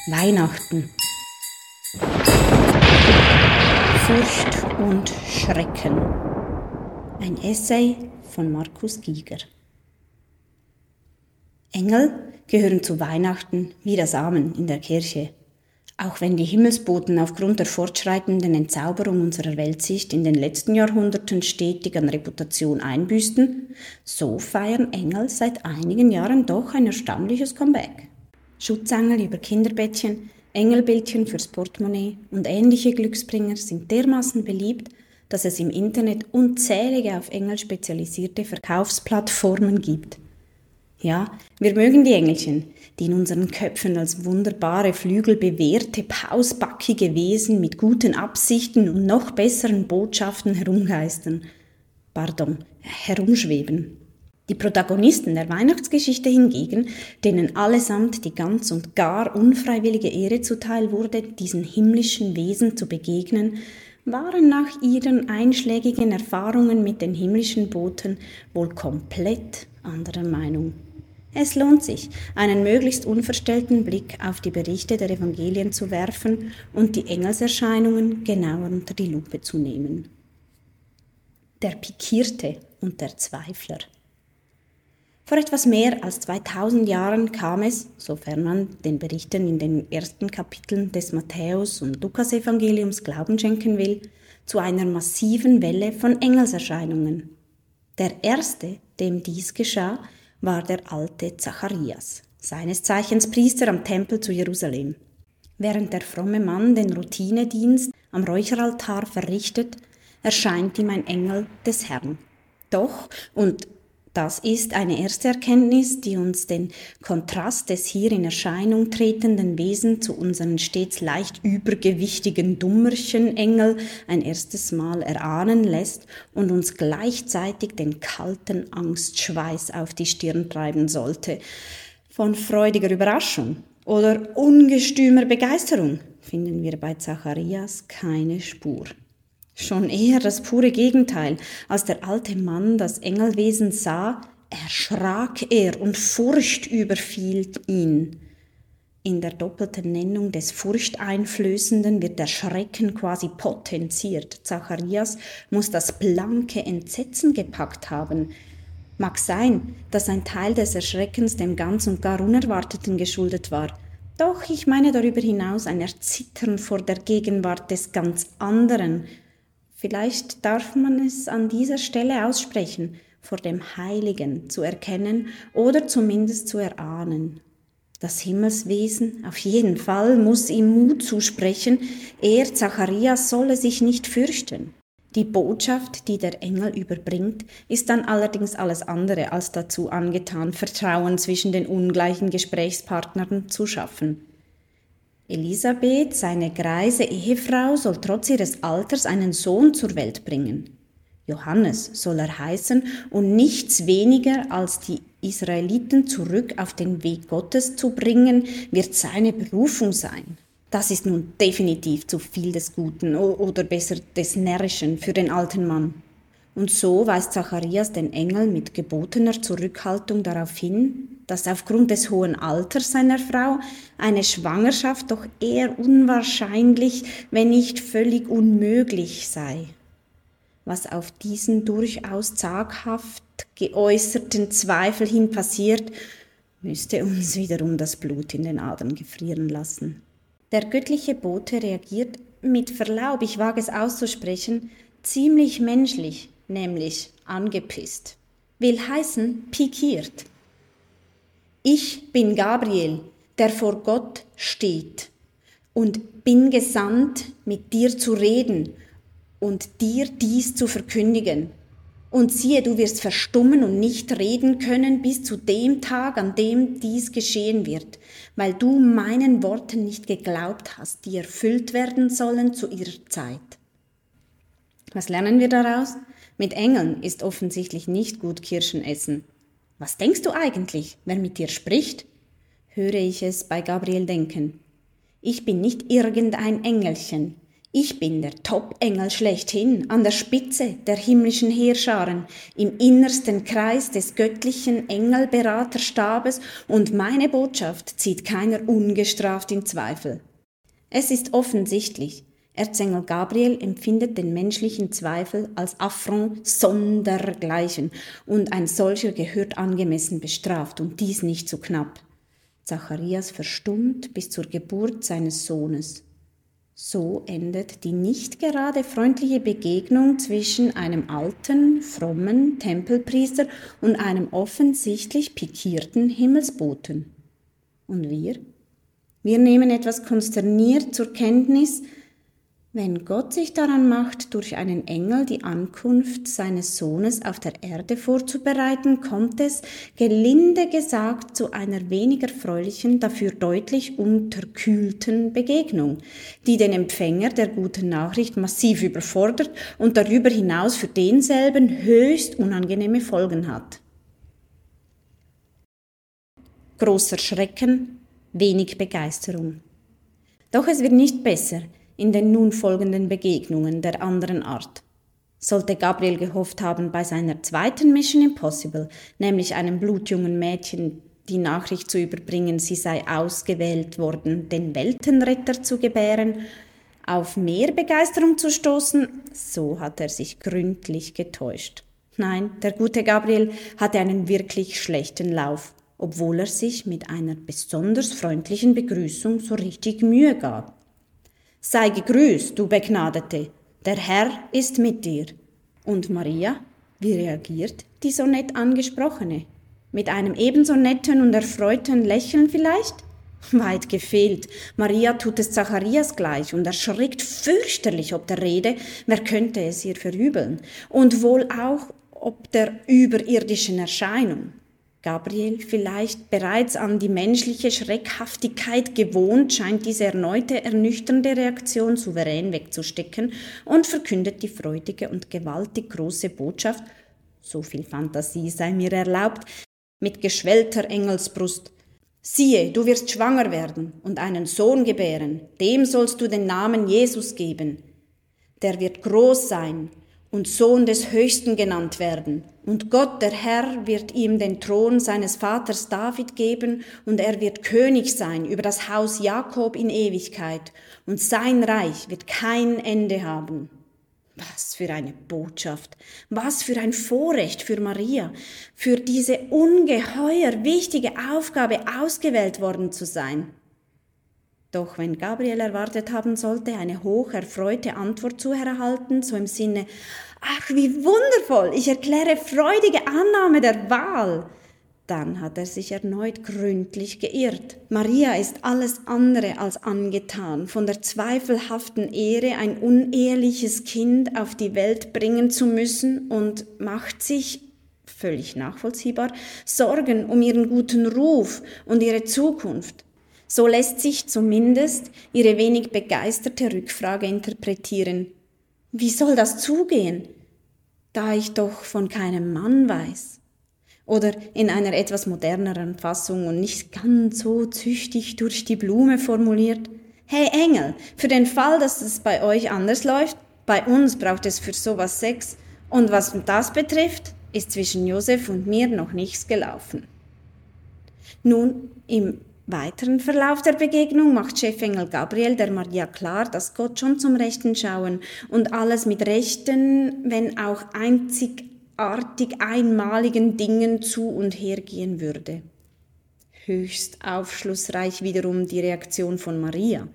Weihnachten. Furcht und Schrecken. Ein Essay von Markus Giger. Engel gehören zu Weihnachten wie der Samen in der Kirche. Auch wenn die Himmelsboten aufgrund der fortschreitenden Entzauberung unserer Weltsicht in den letzten Jahrhunderten stetig an Reputation einbüßten, so feiern Engel seit einigen Jahren doch ein erstaunliches Comeback. Schutzengel über Kinderbettchen, Engelbildchen fürs Portemonnaie und ähnliche Glücksbringer sind dermaßen beliebt, dass es im Internet unzählige auf Engel spezialisierte Verkaufsplattformen gibt. Ja, wir mögen die Engelchen, die in unseren Köpfen als wunderbare, flügelbewehrte, pausbackige Wesen mit guten Absichten und noch besseren Botschaften herumschweben. Die Protagonisten der Weihnachtsgeschichte hingegen, denen allesamt die ganz und gar unfreiwillige Ehre zuteil wurde, diesen himmlischen Wesen zu begegnen, waren nach ihren einschlägigen Erfahrungen mit den himmlischen Boten wohl komplett anderer Meinung. Es lohnt sich, einen möglichst unverstellten Blick auf die Berichte der Evangelien zu werfen und die Engelserscheinungen genauer unter die Lupe zu nehmen. Der Pikierte und der Zweifler. Vor etwas mehr als 2000 Jahren kam es, sofern man den Berichten in den ersten Kapiteln des Matthäus- und Lukasevangeliums Glauben schenken will, zu einer massiven Welle von Engelserscheinungen. Der erste, dem dies geschah, war der alte Zacharias, seines Zeichens Priester am Tempel zu Jerusalem. Während der fromme Mann den Routinedienst am Räucheraltar verrichtet, erscheint ihm ein Engel des Herrn. Doch, und das ist eine erste Erkenntnis, die uns den Kontrast des hier in Erscheinung tretenden Wesen zu unseren stets leicht übergewichtigen Dummerchen-Engel ein erstes Mal erahnen lässt und uns gleichzeitig den kalten Angstschweiß auf die Stirn treiben sollte. Von freudiger Überraschung oder ungestümer Begeisterung finden wir bei Zacharias keine Spur. Schon eher das pure Gegenteil. Als der alte Mann das Engelwesen sah, erschrak er und Furcht überfiel ihn. In der doppelten Nennung des Furchteinflößenden wird der Schrecken quasi potenziert. Zacharias muss das blanke Entsetzen gepackt haben. Mag sein, dass ein Teil des Erschreckens dem ganz und gar Unerwarteten geschuldet war. Doch ich meine darüber hinaus ein Erzittern vor der Gegenwart des ganz anderen. Vielleicht darf man es an dieser Stelle aussprechen, vor dem Heiligen zu erkennen oder zumindest zu erahnen. Das Himmelswesen auf jeden Fall muss ihm Mut zusprechen, er, Zacharias, solle sich nicht fürchten. Die Botschaft, die der Engel überbringt, ist dann allerdings alles andere als dazu angetan, Vertrauen zwischen den ungleichen Gesprächspartnern zu schaffen. Elisabeth, seine greise Ehefrau, soll trotz ihres Alters einen Sohn zur Welt bringen. Johannes soll er heißen und nichts weniger als die Israeliten zurück auf den Weg Gottes zu bringen, wird seine Berufung sein. Das ist nun definitiv zu viel des Guten oder besser des Närrischen für den alten Mann. Und so weist Zacharias den Engel mit gebotener Zurückhaltung darauf hin, dass aufgrund des hohen Alters seiner Frau eine Schwangerschaft doch eher unwahrscheinlich, wenn nicht völlig unmöglich sei. Was auf diesen durchaus zaghaft geäußerten Zweifel hin passiert, müsste uns wiederum das Blut in den Adern gefrieren lassen. Der göttliche Bote reagiert, mit Verlaub, ich wage es auszusprechen, ziemlich menschlich, nämlich angepisst. Will heißen, pikiert. Ich bin Gabriel, der vor Gott steht und bin gesandt, mit dir zu reden und dir dies zu verkündigen. Und siehe, du wirst verstummen und nicht reden können bis zu dem Tag, an dem dies geschehen wird, weil du meinen Worten nicht geglaubt hast, die erfüllt werden sollen zu ihrer Zeit. Was lernen wir daraus? Mit Engeln ist offensichtlich nicht gut Kirschen essen. Was denkst du eigentlich, wer mit dir spricht? Höre ich es bei Gabriel denken. Ich bin nicht irgendein Engelchen. Ich bin der Top-Engel schlechthin, an der Spitze der himmlischen Heerscharen, im innersten Kreis des göttlichen Engelberaterstabes und meine Botschaft zieht keiner ungestraft in Zweifel. Es ist offensichtlich, Erzengel Gabriel empfindet den menschlichen Zweifel als Affront sondergleichen und ein solcher gehört angemessen bestraft und dies nicht zu knapp. Zacharias verstummt bis zur Geburt seines Sohnes. So endet die nicht gerade freundliche Begegnung zwischen einem alten, frommen Tempelpriester und einem offensichtlich pikierten Himmelsboten. Und wir? Wir nehmen etwas konsterniert zur Kenntnis, wenn Gott sich daran macht, durch einen Engel die Ankunft seines Sohnes auf der Erde vorzubereiten, kommt es, gelinde gesagt, zu einer weniger erfreulichen, dafür deutlich unterkühlten Begegnung, die den Empfänger der guten Nachricht massiv überfordert und darüber hinaus für denselben höchst unangenehme Folgen hat. Großer Schrecken, wenig Begeisterung. Doch es wird nicht besser in den nun folgenden Begegnungen der anderen Art. Sollte Gabriel gehofft haben, bei seiner zweiten Mission Impossible, nämlich einem blutjungen Mädchen, die Nachricht zu überbringen, sie sei ausgewählt worden, den Weltenretter zu gebären, auf mehr Begeisterung zu stoßen, so hat er sich gründlich getäuscht. Nein, der gute Gabriel hatte einen wirklich schlechten Lauf, obwohl er sich mit einer besonders freundlichen Begrüßung so richtig Mühe gab. Sei gegrüßt, du Begnadete, der Herr ist mit dir. Und Maria, wie reagiert die so nett angesprochene? Mit einem ebenso netten und erfreuten Lächeln vielleicht? Weit gefehlt. Maria tut es Zacharias gleich und erschrickt fürchterlich ob der Rede, wer könnte es ihr verübeln? Und wohl auch ob der überirdischen Erscheinung. Gabriel, vielleicht bereits an die menschliche Schreckhaftigkeit gewohnt, scheint diese erneute ernüchternde Reaktion souverän wegzustecken und verkündet die freudige und gewaltig große Botschaft, so viel Fantasie sei mir erlaubt, mit geschwellter Engelsbrust. Siehe, du wirst schwanger werden und einen Sohn gebären, dem sollst du den Namen Jesus geben. Der wird groß sein und Sohn des Höchsten genannt werden. Und Gott, der Herr, wird ihm den Thron seines Vaters David geben, und er wird König sein über das Haus Jakob in Ewigkeit, und sein Reich wird kein Ende haben. Was für eine Botschaft, was für ein Vorrecht für Maria, für diese ungeheuer wichtige Aufgabe ausgewählt worden zu sein. Doch wenn Gabriel erwartet haben sollte, eine hoch erfreute Antwort zu erhalten, so im Sinne, ach, wie wundervoll, ich erkläre freudige Annahme der Wahl, dann hat er sich erneut gründlich geirrt. Maria ist alles andere als angetan, von der zweifelhaften Ehre, ein uneheliches Kind auf die Welt bringen zu müssen und macht sich, völlig nachvollziehbar, Sorgen um ihren guten Ruf und ihre Zukunft. So lässt sich zumindest ihre wenig begeisterte Rückfrage interpretieren. Wie soll das zugehen, da ich doch von keinem Mann weiß? Oder in einer etwas moderneren Fassung und nicht ganz so züchtig durch die Blume formuliert: Hey Engel, für den Fall, dass es bei euch anders läuft, bei uns braucht es für sowas Sex, und was das betrifft, ist zwischen Josef und mir noch nichts gelaufen. Nun, im weiteren Verlauf der Begegnung macht Chefengel Gabriel der Maria klar, dass Gott schon zum Rechten schauen und alles mit rechten, wenn auch einzigartig einmaligen Dingen zu und her gehen würde. Höchst aufschlussreich wiederum die Reaktion von Maria.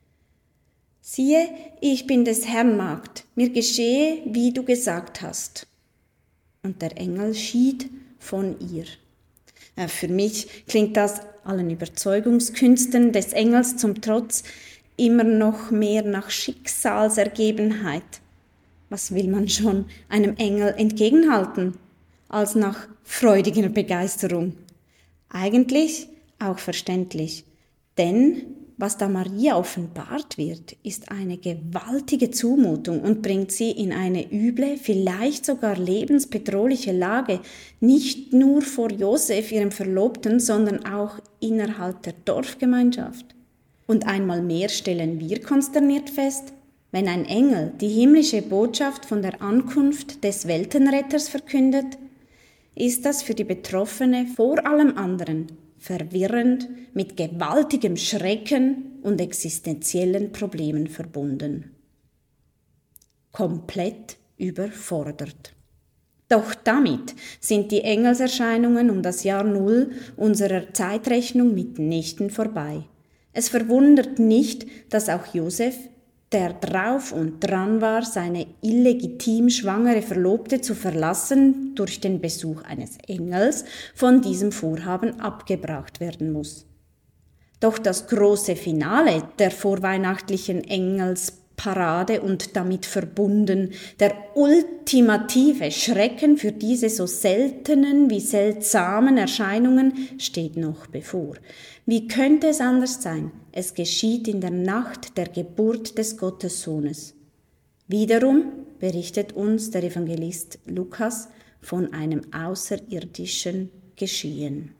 Siehe, ich bin des Herrn Magd, mir geschehe, wie du gesagt hast. Und der Engel schied von ihr. Für mich klingt das allen Überzeugungskünsten des Engels zum Trotz immer noch mehr nach Schicksalsergebenheit. Was will man schon einem Engel entgegenhalten, als nach freudiger Begeisterung? Eigentlich auch verständlich, denn was da Maria offenbart wird, ist eine gewaltige Zumutung und bringt sie in eine üble, vielleicht sogar lebensbedrohliche Lage, nicht nur vor Josef, ihrem Verlobten, sondern auch innerhalb der Dorfgemeinschaft. Und einmal mehr stellen wir konsterniert fest, Wenn ein Engel die himmlische Botschaft von der Ankunft des Weltenretters verkündet, ist das für die Betroffene vor allem anderen verwirrend, mit gewaltigem Schrecken und existenziellen Problemen verbunden. Komplett überfordert. Doch damit sind die Engelserscheinungen um das Jahr Null unserer Zeitrechnung mitnichten vorbei. Es verwundert nicht, dass auch Josef, der drauf und dran war, seine illegitim schwangere Verlobte zu verlassen, durch den Besuch eines Engels von diesem Vorhaben abgebracht werden muss. Doch das große Finale der vorweihnachtlichen Engelsparade und damit verbunden der ultimative Schrecken für diese so seltenen wie seltsamen Erscheinungen steht noch bevor. Wie könnte es anders sein? Es geschieht in der Nacht der Geburt des Gottessohnes. Wiederum berichtet uns der Evangelist Lukas von einem außerirdischen Geschehen.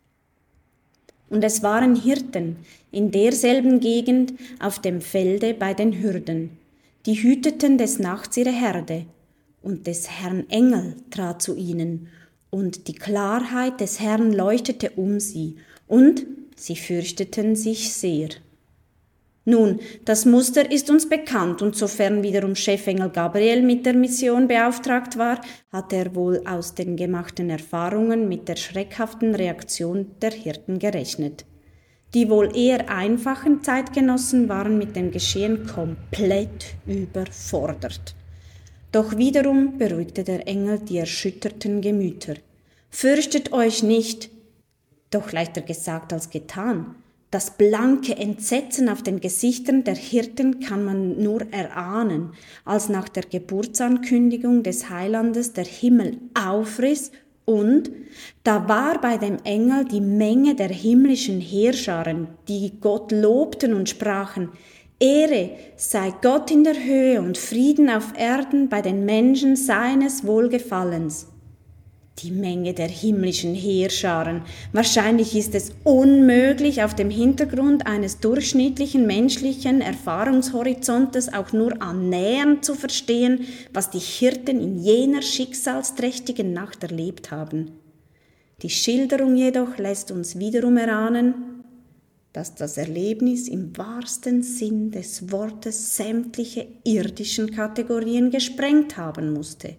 Und es waren Hirten in derselben Gegend auf dem Felde bei den Hürden, die hüteten des Nachts ihre Herde, und des Herrn Engel trat zu ihnen, und die Klarheit des Herrn leuchtete um sie, und sie fürchteten sich sehr. Nun, das Muster ist uns bekannt, und sofern wiederum Chefengel Gabriel mit der Mission beauftragt war, hat er wohl aus den gemachten Erfahrungen mit der schreckhaften Reaktion der Hirten gerechnet. Die wohl eher einfachen Zeitgenossen waren mit dem Geschehen komplett überfordert. Doch wiederum beruhigte der Engel die erschütterten Gemüter. Fürchtet euch nicht, doch leichter gesagt als getan. Das blanke Entsetzen auf den Gesichtern der Hirten kann man nur erahnen, als nach der Geburtsankündigung des Heilandes der Himmel aufriss und da war bei dem Engel die Menge der himmlischen Heerscharen, die Gott lobten und sprachen: Ehre sei Gott in der Höhe und Frieden auf Erden bei den Menschen seines Wohlgefallens. Die Menge der himmlischen Heerscharen. Wahrscheinlich ist es unmöglich, auf dem Hintergrund eines durchschnittlichen menschlichen Erfahrungshorizontes auch nur annähernd zu verstehen, was die Hirten in jener schicksalsträchtigen Nacht erlebt haben. Die Schilderung jedoch lässt uns wiederum erahnen, dass das Erlebnis im wahrsten Sinn des Wortes sämtliche irdischen Kategorien gesprengt haben musste.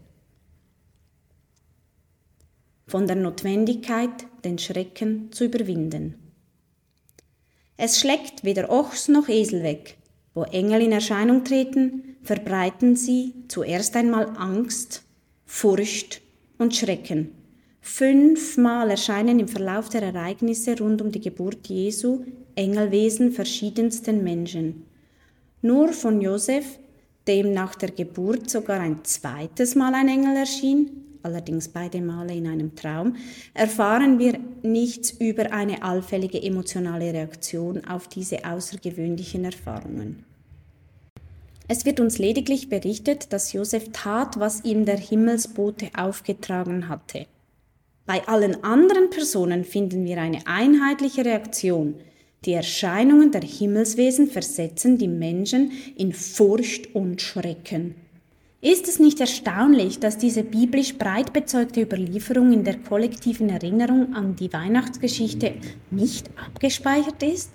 Von der Notwendigkeit, den Schrecken zu überwinden. Es schlägt weder Ochs noch Esel weg. Wo Engel in Erscheinung treten, verbreiten sie zuerst einmal Angst, Furcht und Schrecken. 5-mal erscheinen im Verlauf der Ereignisse rund um die Geburt Jesu Engelwesen verschiedensten Menschen. Nur von Josef, dem nach der Geburt sogar ein zweites Mal ein Engel erschien, allerdings beide Male in einem Traum, erfahren wir nichts über eine allfällige emotionale Reaktion auf diese außergewöhnlichen Erfahrungen. Es wird uns lediglich berichtet, dass Josef tat, was ihm der Himmelsbote aufgetragen hatte. Bei allen anderen Personen finden wir eine einheitliche Reaktion. Die Erscheinungen der Himmelswesen versetzen die Menschen in Furcht und Schrecken. Ist es nicht erstaunlich, dass diese biblisch breit bezeugte Überlieferung in der kollektiven Erinnerung an die Weihnachtsgeschichte nicht abgespeichert ist?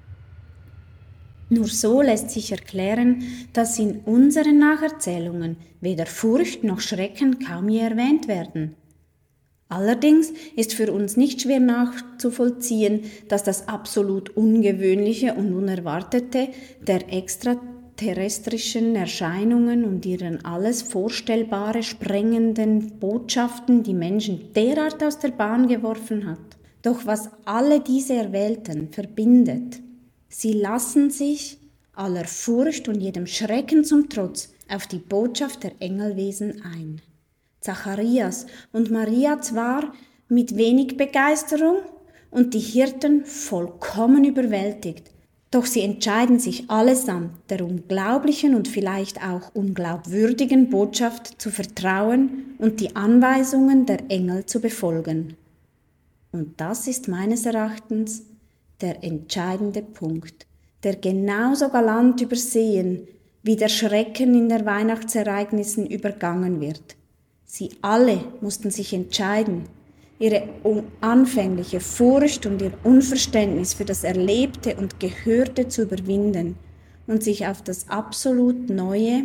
Nur so lässt sich erklären, dass in unseren Nacherzählungen weder Furcht noch Schrecken kaum je erwähnt werden. Allerdings ist für uns nicht schwer nachzuvollziehen, dass das absolut Ungewöhnliche und Unerwartete der extraterrestrischen Erscheinungen und ihren alles Vorstellbare sprengenden Botschaften die Menschen derart aus der Bahn geworfen hat. Doch was alle diese Erwählten verbindet, sie lassen sich aller Furcht und jedem Schrecken zum Trotz auf die Botschaft der Engelwesen ein. Zacharias und Maria zwar mit wenig Begeisterung und die Hirten vollkommen überwältigt, doch sie entscheiden sich allesamt, der unglaublichen und vielleicht auch unglaubwürdigen Botschaft zu vertrauen und die Anweisungen der Engel zu befolgen. Und das ist meines Erachtens der entscheidende Punkt, der genauso galant übersehen wie der Schrecken in den Weihnachtsereignissen übergangen wird. Sie alle mussten sich entscheiden, ihre anfängliche Furcht und ihr Unverständnis für das Erlebte und Gehörte zu überwinden und sich auf das absolut Neue,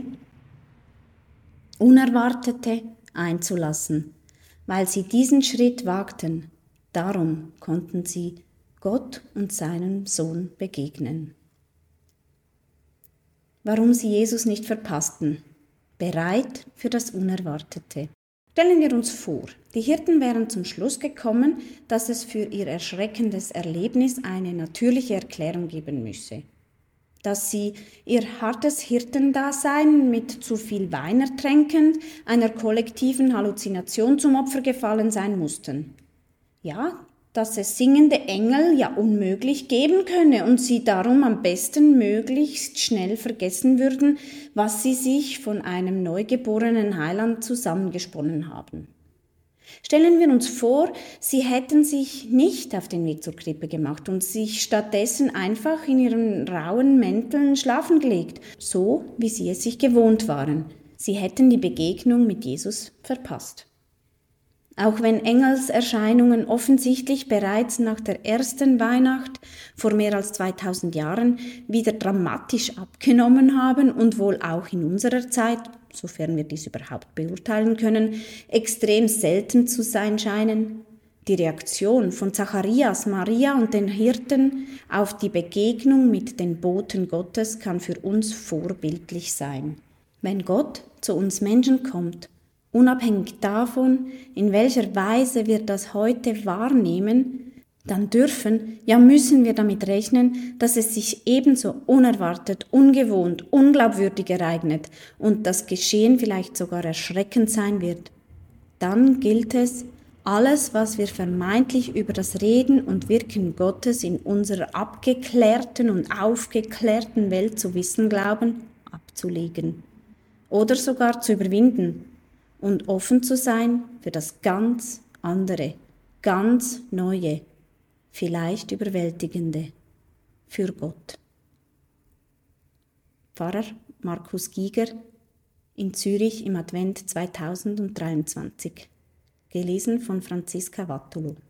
Unerwartete einzulassen. Weil sie diesen Schritt wagten, darum konnten sie Gott und seinem Sohn begegnen. Warum sie Jesus nicht verpassten? Bereit für das Unerwartete. Stellen wir uns vor, die Hirten wären zum Schluss gekommen, dass es für ihr erschreckendes Erlebnis eine natürliche Erklärung geben müsse. Dass sie ihr hartes Hirtendasein mit zu viel Wein ertränkend einer kollektiven Halluzination zum Opfer gefallen sein mussten. Ja, dass es singende Engel ja unmöglich geben könne und sie darum am besten möglichst schnell vergessen würden, was sie sich von einem neugeborenen Heiland zusammengesponnen haben. Stellen wir uns vor, sie hätten sich nicht auf den Weg zur Krippe gemacht und sich stattdessen einfach in ihren rauen Mänteln schlafen gelegt, so wie sie es sich gewohnt waren. Sie hätten die Begegnung mit Jesus verpasst. Auch wenn Engelserscheinungen offensichtlich bereits nach der ersten Weihnacht vor mehr als 2000 Jahren wieder dramatisch abgenommen haben und wohl auch in unserer Zeit, sofern wir dies überhaupt beurteilen können, extrem selten zu sein scheinen, die Reaktion von Zacharias, Maria und den Hirten auf die Begegnung mit den Boten Gottes kann für uns vorbildlich sein. Wenn Gott zu uns Menschen kommt, unabhängig davon, in welcher Weise wir das heute wahrnehmen, dann dürfen, ja müssen wir damit rechnen, dass es sich ebenso unerwartet, ungewohnt, unglaubwürdig ereignet und das Geschehen vielleicht sogar erschreckend sein wird. Dann gilt es, alles, was wir vermeintlich über das Reden und Wirken Gottes in unserer abgeklärten und aufgeklärten Welt zu wissen glauben, abzulegen oder sogar zu überwinden und offen zu sein für das ganz andere, ganz Neue, vielleicht Überwältigende, für Gott. Pfarrer Markus Giger in Zürich im Advent 2023. Gelesen von Franziska Wattolo.